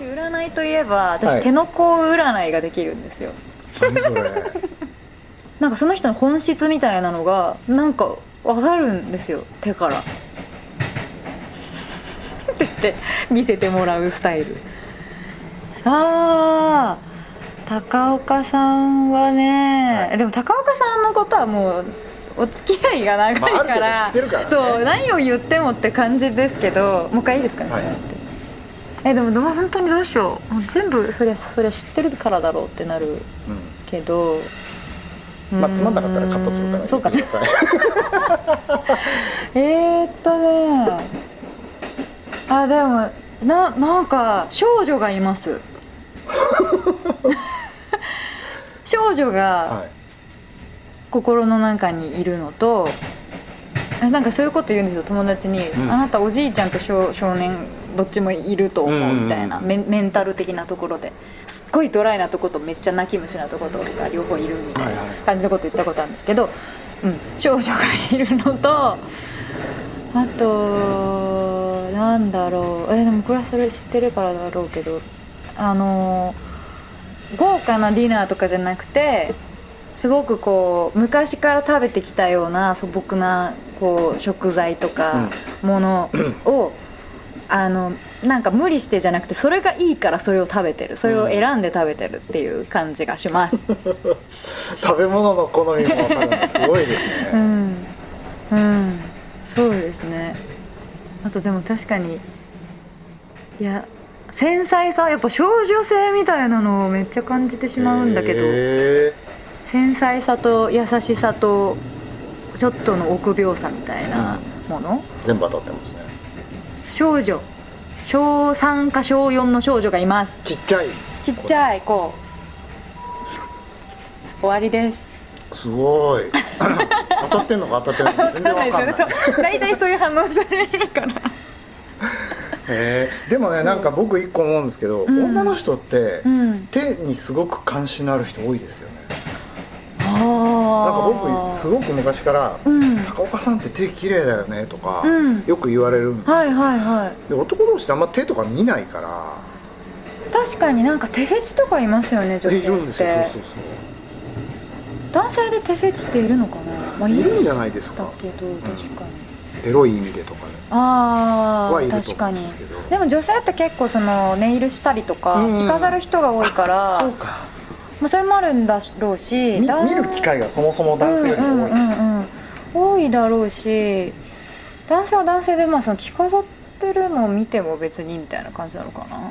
占いといえば私、 はい手の甲占いができるんですよ。 何それなんかその人の本質みたいなのがなんか分かるんですよ、手からって言って見せてもらうスタイル。あー、高岡さんはね、 はい、 でも高岡さんのことはもうお付き合いが長いから、 まあある程度知ってるからね。 そう何を言ってもって感じですけど、もう一回いいですかね、 はいそうやってでも本当にどうしよう、もう全部それ知ってるからだろうってなるうん、 けど、 まあつまんなかったらカットするからそうか言ってくださいあ、でもなんか少女がいます少女がはい心の中にいるのと、なんかそういうこと言うんですよ、友達に、 うんあなたおじいちゃんと少年どっちもいると思うみたいな、 うんメンタル的なところですっごいドライなとことめっちゃ泣き虫なとことか両方いるみたいな感じのこと言ったことあるんですけど、少女がいるのと、あとなんだろう、でもこれはそれ知ってるからだろうけど、豪華なディナーとかじゃなくて、すごくこう昔から食べてきたような素朴なこう食材とかものを、なんか無理してじゃなくて、それがいいからそれを食べてる、それを選んで食べてるっていう感じがします食べ物の好みも分かるのすごいですね。 そうですね。あとでも確かに、いや繊細さ、やっぱ少女性みたいなのをめっちゃ感じてしまうんだけど、繊細さと優しさとちょっとの臆病さみたいなもの、 全部当たってますね。 少女、小3か小4の少女がいます。 ちっちゃい子終わりです。 すごい当たってんのか当たってないのか全然分かんない大体そういう反応されるからでもね、なんか僕一個思うんですけど、女の人って手にすごく関心のある人多いですよね。なんか僕すごく昔から、高岡さんって手綺麗だよねとか、よく言われるんですよ。で男同士ってあんま手とか見ないから。 確かになんか手フェチとかいますよね、女性って。いるんですよ。そう男性で手フェチっているのかな、 いるんじゃないですか。 だけど確かに、 エロい意味でとかね。 確かに。でも女性って結構そのネイルしたりとか着飾る人が多いから、 そうか、 それもあるんだろうし、 見る機会がそもそも男性より多い、 多いだろうし、男性は男性でその着飾ってるのを見ても別にみたいな感じなのかな。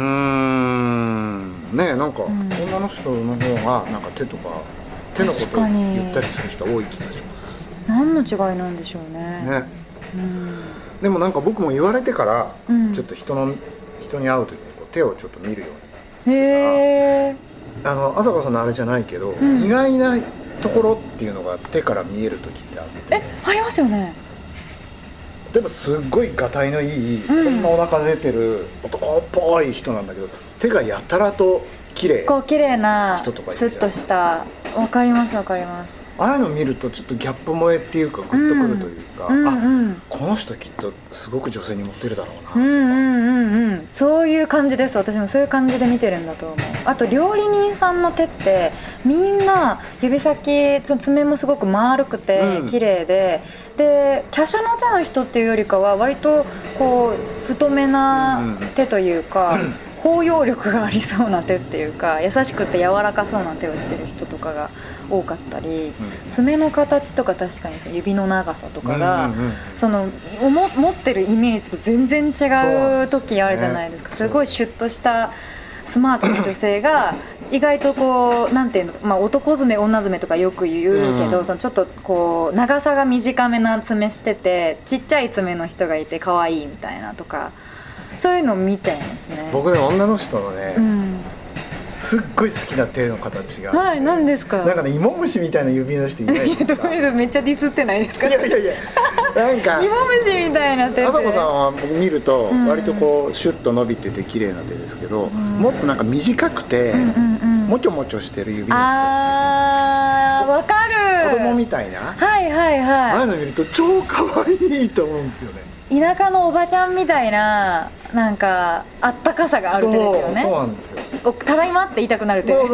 ねえ、なんか女の人の方がなんか手のことを言ったりする人多い気がします。 何の違いなんでしょうね。 でもなんか僕も言われてから、ちょっと人に会う時に手をちょっと見るように。朝子さんのあれじゃないけど、意外なところっていうのが手から見える時ってあって。 ありますよね。 例えばすっごいがたいのいい、こんなお腹出てる男っぽい人なんだけど、手がやたらと綺麗な人とかいるじゃん。 スッとした、わかります。 ああいうの見るとちょっとギャップ萌えっていうかグッとくるというか、この人きっとすごく女性にモテるだろうな、 そういう感じです。私もそういう感じで見てるんだと思う。あと料理人さんの手ってみんな指先、爪もすごく丸くて綺麗で、で華奢な手の人っていうよりかは割とこう太めな手というか、包容力がありそうな手っていうか、優しくて柔らかそうな手をしてる人とかが多かったり、爪の形とか確かにその指の長さとかが、その持ってるイメージと全然違う時あるじゃないですか。すごいシュッとしたスマートな女性が意外とこうなんていうの、男爪女爪とかよく言うけど、そのちょっとこう長さが短めな爪しててちっちゃい爪の人がいて可愛いみたいなとか、そういうのを見ちゃいますね。 僕ね、女の人のね、すっごい好きな手の形が、 何ですか。 なんかね、芋虫みたいな指の人いないですか。 めっちゃディスってないですか。 いやなんか芋虫みたいな手で。 朝子さんは僕見ると割とこうシュッと伸びてて綺麗な手ですけど、もっとなんか短くてもちょもちょしてる指の人、 わかる。 子供みたいな、 ああいうの見ると超可愛いと思うんですよね。 田舎のおばちゃんみたいななんかあったかさがある手ですよね。 そうなんですよ。 ただいまって言いたくなる手。 そう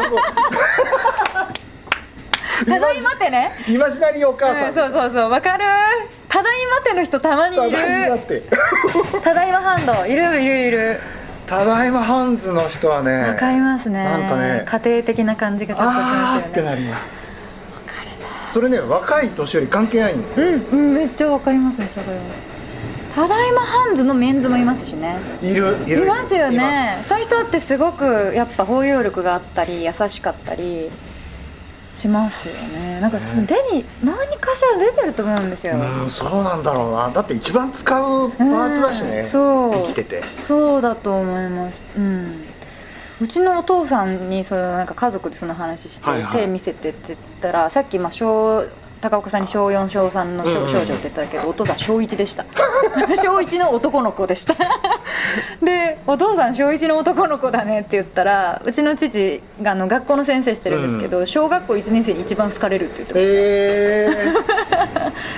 ただいまってね。 イマジナリーお母さん、 そうわかる。ただいまっての人たまにいる。 ただいまってただいまハンドいる。 ただいまハンズの人はね、 わかりますね。 なんかね、 家庭的な感じがちょっとしますよね。 あーってなります。 わかるな。 それね、若い年寄り関係ないんですよ。 めっちゃわかります。ただいまハンズのメンズもいますしね。 いますよね。そういう人ってすごくやっぱ包容力があったり優しかったりしますよね。なんか手に何かしら出てると思うんですよ。 そうなんだろうな。だって一番使うパーツだしね、生きてて。そうだと思います。うちのお父さんになんか家族でその話して、手見せてって言ったら、さっき高岡さんに小4小3の少女って言ったけど、お父さん小1でした。小1の男の子でした。でお父さん小1の男の子だねって言ったら、うちの父が学校の先生してるんですけど、小学校1年生に一番好かれるって言ってました。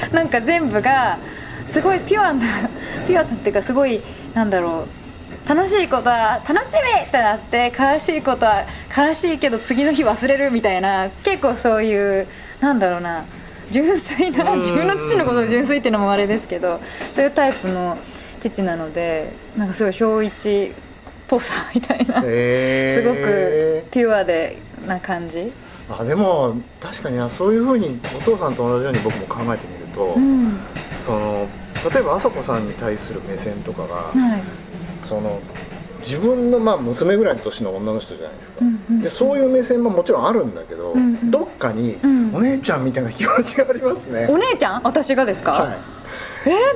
なんか全部がすごいピュアっていうか、すごいなんだろう、楽しいことは楽しみってなって、悲しいことは悲しいけど次の日忘れるみたいな、結構そういうなんだろうな、純粋な、自分の父のことを純粋っていうのもあれですけど、そういうタイプの父なので、なんかすごい小1っぽさみたいな、すごくピュアでな感じ。 でも確かにそういうふうにお父さんと同じように僕も考えてみると、例えばあさこさんに対する目線とかが、自分の娘ぐらいの年の女の人じゃないですか、でそういう目線ももちろんあるんだけど、どっかにお姉ちゃんみたいな気持ちがありますね。 お姉ちゃん？私がですか？ はい。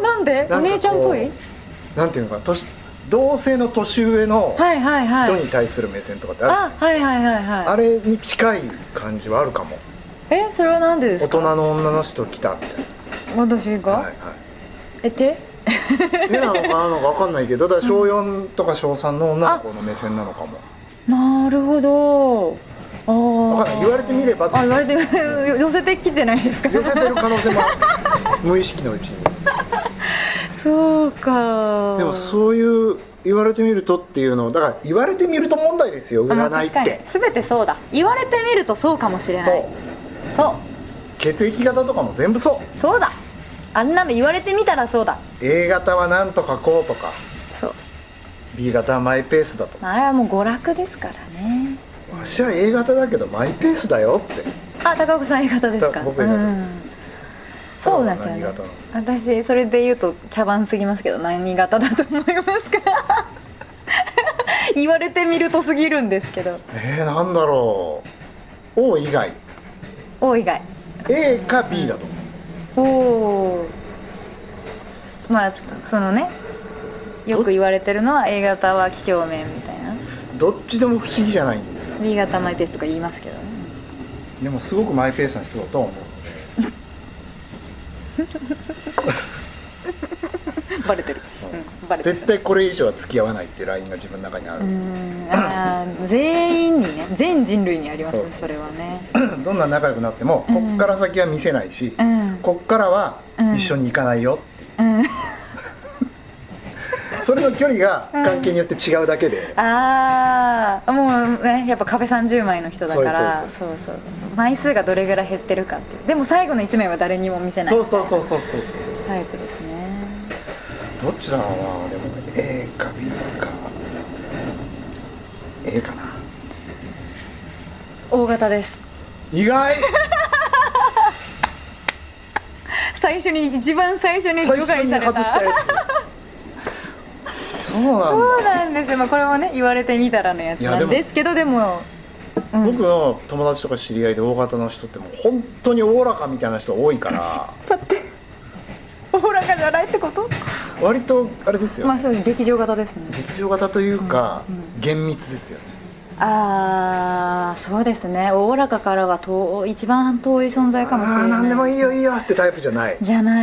なんで？お姉ちゃんっぽい？ なんていうのかな、同性の年上の人に対する目線とかってある、あれに近い感じはあるかも。 それはなんでですか？ 大人の女の人来たみたいな。 私が？手なのかなのか分かんないけど、だから小4とか小3の女の子の目線なのかも。 なるほど。 言われてみればです。 言われて寄せてきてないですか？ 寄せてる可能性も無意識のうちに。 そうか。 でもそういう言われてみるとっていうの、だから言われてみると問題ですよ、占いって。 全てそうだ。言われてみるとそうかもしれない。そう。 血液型とかも全部そう。 そうだ。あんなの言われてみたらそうだ。 A 型はなんとかこうとか、 そう。 B 型はマイペースだとか。 あれはもう娯楽ですからね。 私は A 型だけどマイペースだよって。 高岡さん A 型ですか？ 僕 A 型です。 そうなんですよね。私それで言うと茶番すぎますけど、何型だと思いますか？言われてみるとすぎるんですけど。 なんだろう。O 以外。 O 以外。 A か B だと思うんですよ。 そのね、よく言われてるのは A 型は几帳面みたいな。 どっちでも不思議じゃないんですよ。 B 型マイペースとか言いますけどね。 でもすごくマイペースな人だと思うので。 バレてる。 絶対これ以上は付き合わないってラインが自分の中にある。 全員にね、全人類にありますね。それはね。 どんな仲良くなっても、こっから先は見せないし、こっからは一緒に行かないよっていう。それの距離が関係によって違うだけで。 もうね、やっぱ壁30枚の人だから、そう枚数がどれぐらい減ってるかっていう。でも最後の1枚は誰にも見せないみたいなタイプですね。 どっちだろうな。でも A か B か A かな。 大型です。 意外。 一番最初に除外された。そうなんですよ。これもね、言われてみたらのやつなんですけど、でも僕の友達とか知り合いで大型の人ってもう本当におおらかみたいな人多いから。 待って、おおらかじゃないってこと？ 割とあれですよ。 そういう劇場型ですね。 劇場型というか、厳密ですよね。 そうですね。おおらかからは一番遠い存在かもしれない。 何でもいいよいいよってタイプじゃない。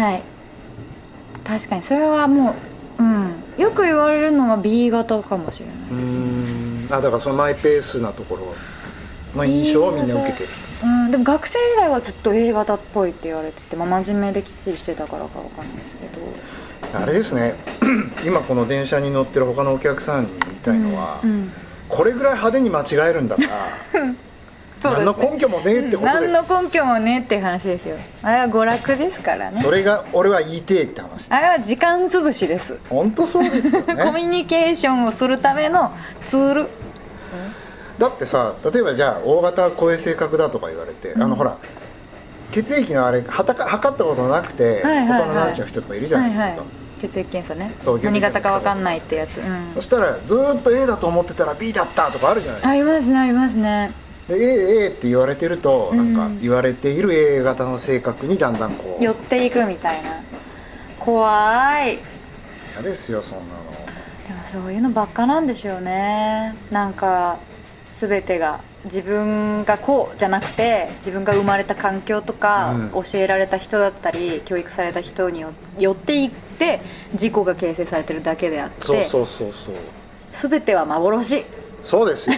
確かにそれはもう、よく言われるのは B 型かもしれないですね。 だからそのマイペースなところの印象をみんな受けてる。 でも学生時代はずっと A 型っぽいって言われてて、真面目できっちりしてたからかわかんないですけど、 あれですね今この電車に乗ってる他のお客さんに言いたいのは、これぐらい派手に間違えるんだから何の根拠もねえってことです。 何の根拠もねえっていう話ですよ。あれは娯楽ですからね。 それが俺は言いてえって話。 あれは時間潰しです。 本当そうですよねコミュニケーションをするためのツール。 だってさ、例えばじゃあ O 型はこういう性格だとか言われて、ほら血液のあれ測ったことなくて大人になっちゃう人とかいるじゃないですか、 血液検査ね。 そう、 何型か分かんないってやつ、 そしたらずっと A だと思ってたら B だったとかあるじゃないですか。 ありますね、ありますね。 で A って言われてると、なんか言われている A 型の性格にだんだんこう寄っていくみたいな。怖い。 嫌ですよそんなの。 でもそういうのばっかなんでしょうね。なんか全てが自分がこうじゃなくて、自分が生まれた環境とか、教えられた人だったり教育された人によっていって自己が形成されてるだけであって、 そう全ては幻。 そうですよ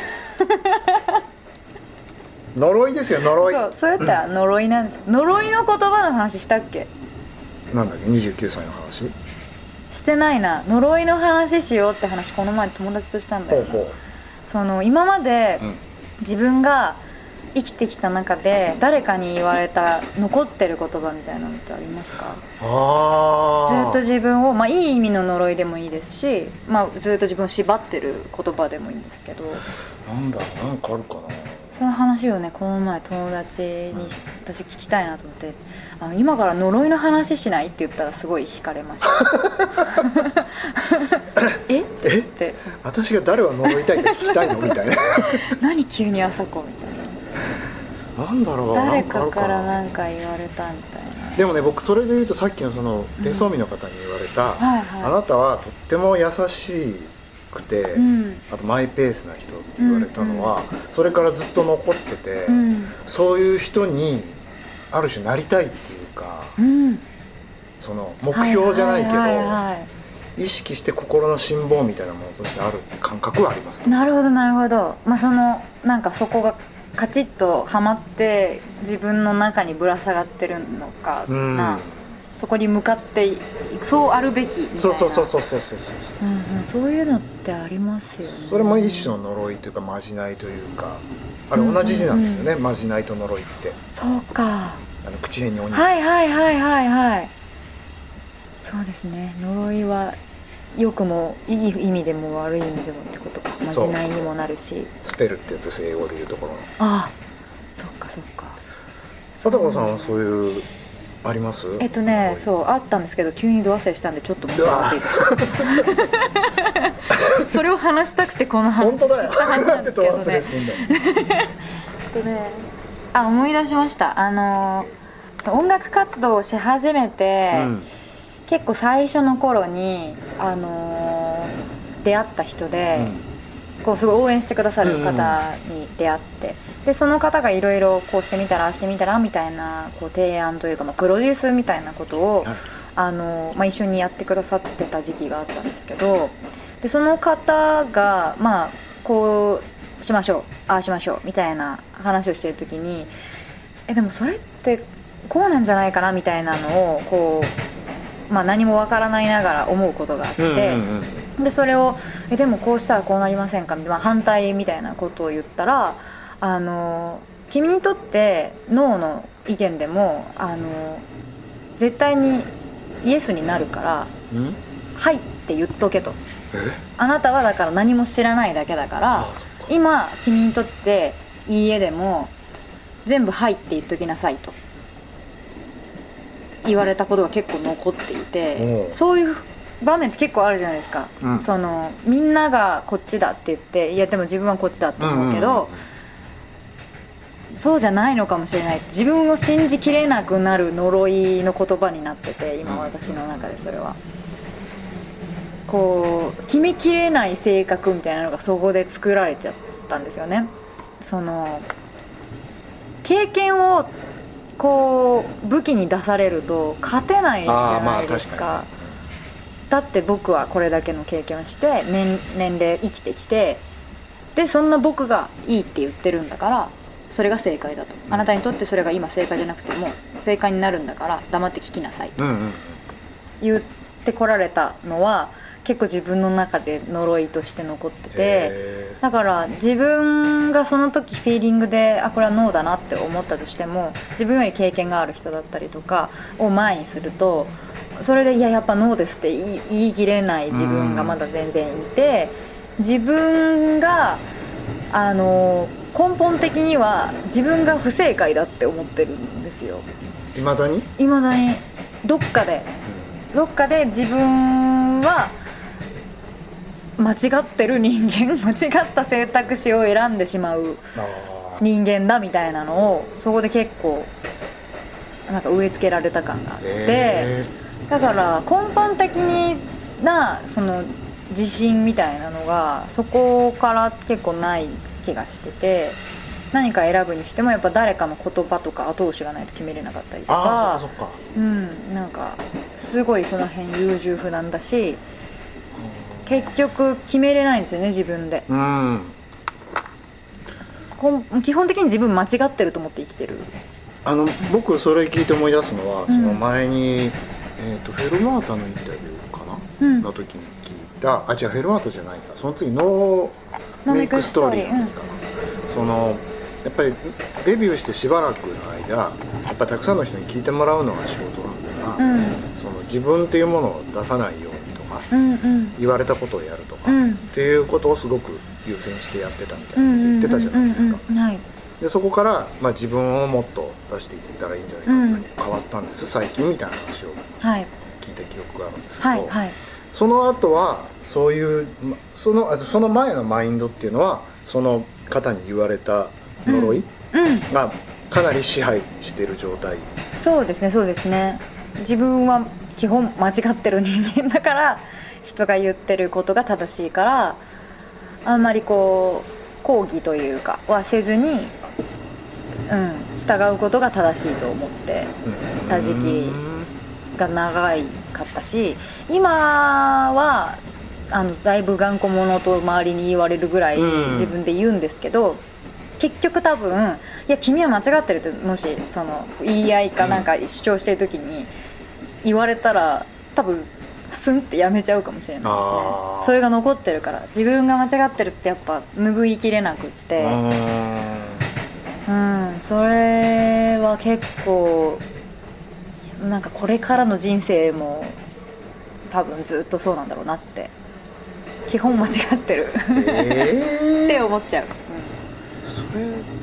呪いですよ、呪い。 そうやったら呪いなんですよ。呪いの言葉の話したっけ？ なんだっけ、29歳の話してないな。呪いの話しようって話この前友達としたんだよ。その今まで自分が生きてきた中で誰かに言われた残ってる言葉みたいなのってありますか？ずっと自分を、いい意味の呪いでもいいですし、ずっと自分を縛ってる言葉でもいいんですけど、 なんだろう、なんかあるかな。 そういう話をね、この前友達に私聞きたいなと思って、今から呪いの話しないって言ったらすごい惹かれましたえって私が誰を呪いたいか聞きたいのみたいな何急に朝子みたいな。 なんだろう、 誰かから何か言われたみたいな。 でもね、僕それで言うとさっきのその手相見の方に言われた、あなたはとっても優しくて、あとマイペースな人って言われたのは、それからずっと残ってて、そういう人にある種なりたいっていうか、その目標じゃないけど、意識して心の辛抱みたいなものとしてあるって感覚はあります。 なるほどなるほど。そのなんかそこがカチッとはまって自分の中にぶら下がってるのかな、そこに向かってそうあるべきみたいな。そういうのってありますよね。 それも一種の呪いというかまじないというか、あれ同じ字なんですよね、まじないと呪いって。 そうか、 口辺に鬼。 そうですね。呪いはよくもいい意味でも悪い意味でもってことか。まじないにもなるし。 スペルって言うと英語でいうところの。 そっかそっか。 笹子さんはそういうあります？ そうあったんですけど急に度忘れしたんでちょっと待っていいですか？それを話したくてこの話本当だよ。 なんですけどね。思い出しました。音楽活動をし始めて、結構最初の頃に出会った人で、こうすごい応援してくださる方に出会って、でその方がいろいろこうしてみたらああしてみたらみたいなこう提案というか、プロデュースみたいなことを、一緒にやってくださってた時期があったんですけど、でその方がこうしましょうああしましょうみたいな話をしてる時に、でもそれってこうなんじゃないかなみたいなのをこう、何もわからないながら思うことがあって、でそれをでもこうしたらこうなりませんかみたいな、反対みたいなことを言ったら、君にとってノーの意見でも絶対にイエスになるからはいって言っとけと。あなたはだから何も知らないだけだから、今君にとっていいえでも全部はいって言っときなさいと言われたことが結構残っていて、そういう場面って結構あるじゃないですか、そのみんながこっちだって言って、いやでも自分はこっちだって思うけど、そうじゃないのかもしれない、自分を信じきれなくなる呪いの言葉になってて、今私の中でそれはこう決めきれない性格みたいなのがそこで作られちゃったんですよね。その経験をこう武器に出されると勝てないじゃないですか。だって僕はこれだけの経験をして、年齢生きてきて、でそんな僕がいいって言ってるんだからそれが正解だと、あなたにとってそれが今正解じゃなくても正解になるんだから黙って聞きなさいと言ってこられたのは結構自分の中で呪いとして残ってて、だから自分がその時フィーリングでこれはノーだなって思ったとしても、自分より経験がある人だったりとかを前にすると、それでやっぱノーですって言い切れない自分がまだ全然いて、自分が根本的には自分が不正解だって思ってるんですよ。 いまだにどっかで自分は間違ってる人間、間違った選択肢を選んでしまう人間だみたいなのをそこで結構なんか植え付けられた感があって、だから根本的なその自信みたいなのがそこから結構ない気がしてて、何か選ぶにしてもやっぱ誰かの言葉とか後押しがないと決めれなかったりとか、なんかすごいその辺優柔不断だし、結局決めれないんですよね自分で、基本的に自分間違ってると思って生きてる。 僕それ聞いて思い出すのは、その前に、フェルマータのインタビューかな、の時に聞いた、違うフェルマータじゃないか、その次ノーメイクストーリーの時かな、そのやっぱりデビューしてしばらくの間やっぱたくさんの人に聞いてもらうのが仕事なんだから、その自分っていうものを出さないようにとか、言われたことをやるとか、っていうことをすごく優先してやってたみたいなこと言ってたじゃないですか。でそこから、自分をもっと出していったらいいんじゃないかというふうに変わったんです、最近みたいな話を聞いた記憶があるんですけど、その後はそういうその前のマインドっていうのはその方に言われた呪いがかなり支配している状態。 そうですね。自分は基本間違ってる人間だから、人が言ってることが正しいから、あんまり抗議というかはせずに、従うことが正しいと思ってた時期が長かったし、今はだいぶ頑固者と周りに言われるぐらい自分で言うんですけど、結局多分いや君は間違ってるって、もしその言い合いかなんか主張してる時に言われたら多分スンってやめちゃうかもしれないですね。それが残ってるから、自分が間違ってるってやっぱ拭いきれなくって、それは結構なんかこれからの人生も多分ずっとそうなんだろうなって、基本間違ってるって思っちゃう。 それ